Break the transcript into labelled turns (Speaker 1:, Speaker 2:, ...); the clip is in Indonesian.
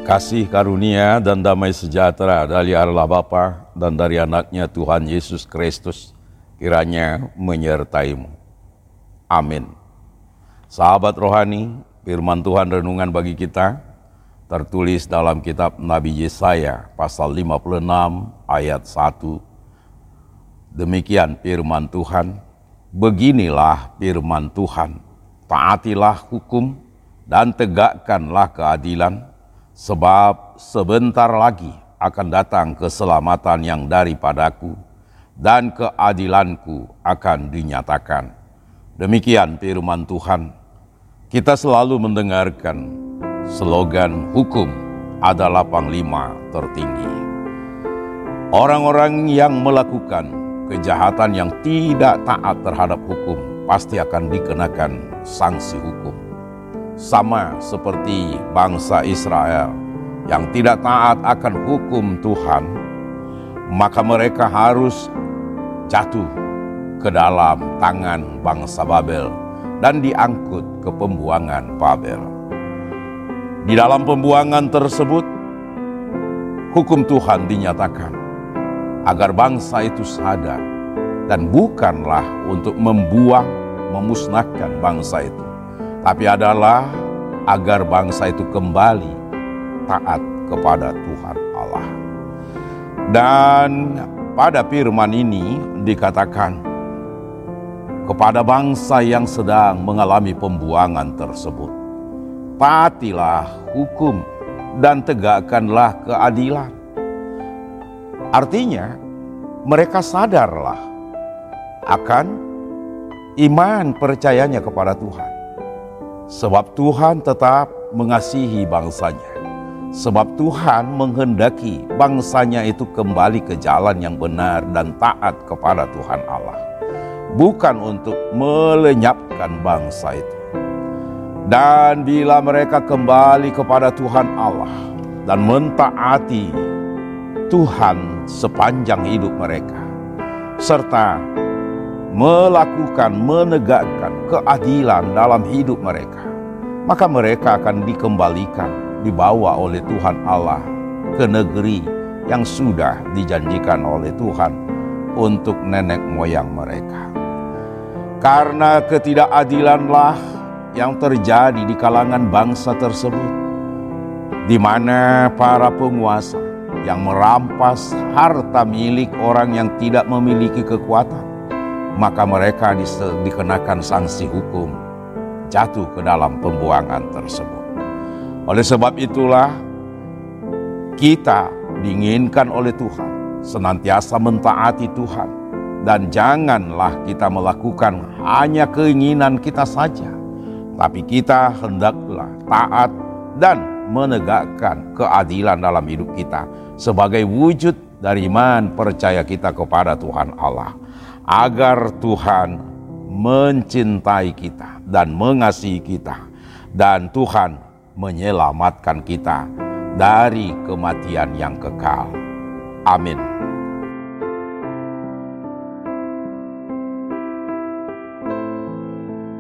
Speaker 1: Kasih karunia dan damai sejahtera dari Allah Bapa dan dari anaknya Tuhan Yesus Kristus kiranya menyertaimu. Amin. Sahabat rohani, firman Tuhan renungan bagi kita tertulis dalam kitab Nabi Yesaya pasal 56 ayat 1. Demikian firman Tuhan, beginilah firman Tuhan, taatilah hukum dan tegakkanlah keadilan, sebab sebentar lagi akan datang keselamatan yang daripadaku, dan keadilanku akan dinyatakan. Demikian firman Tuhan. Kita selalu mendengarkan slogan hukum adalah panglima tertinggi. Orang-orang yang melakukan kejahatan yang tidak taat terhadap hukum pasti akan dikenakan sanksi hukum. Sama seperti bangsa Israel yang tidak taat akan hukum Tuhan, maka mereka harus jatuh ke dalam tangan bangsa Babel dan diangkut ke pembuangan Babel. Di dalam pembuangan tersebut, hukum Tuhan dinyatakan agar bangsa itu sadar dan bukanlah untuk membuang, memusnahkan bangsa itu, tapi adalah agar bangsa itu kembali taat kepada Tuhan Allah. Dan pada firman ini dikatakan kepada bangsa yang sedang mengalami pembuangan tersebut, taatilah hukum dan tegakkanlah keadilan. Artinya mereka sadarlah akan iman percayanya kepada Tuhan. Sebab Tuhan tetap mengasihi bangsanya. Sebab Tuhan menghendaki bangsanya itu kembali ke jalan yang benar dan taat kepada Tuhan Allah. Bukan untuk melenyapkan bangsa itu. Dan bila mereka kembali kepada Tuhan Allah dan mentaati Tuhan sepanjang hidup mereka, serta melakukan, menegakkan keadilan dalam hidup mereka, maka mereka akan dikembalikan, dibawa oleh Tuhan Allah ke negeri yang sudah dijanjikan oleh Tuhan untuk nenek moyang mereka. Karena ketidakadilanlah yang terjadi di kalangan bangsa tersebut, di mana para penguasa yang merampas harta milik orang yang tidak memiliki kekuatan, maka mereka dikenakan sanksi hukum, jatuh ke dalam pembuangan tersebut. Oleh sebab itulah kita diinginkan oleh Tuhan senantiasa mentaati Tuhan, dan janganlah kita melakukan hanya keinginan kita saja, tapi kita hendaklah taat dan menegakkan keadilan dalam hidup kita sebagai wujud dari iman percaya kita kepada Tuhan Allah, agar Tuhan mencintai kita dan mengasihi kita, dan Tuhan menyelamatkan kita dari kematian yang kekal. Amin.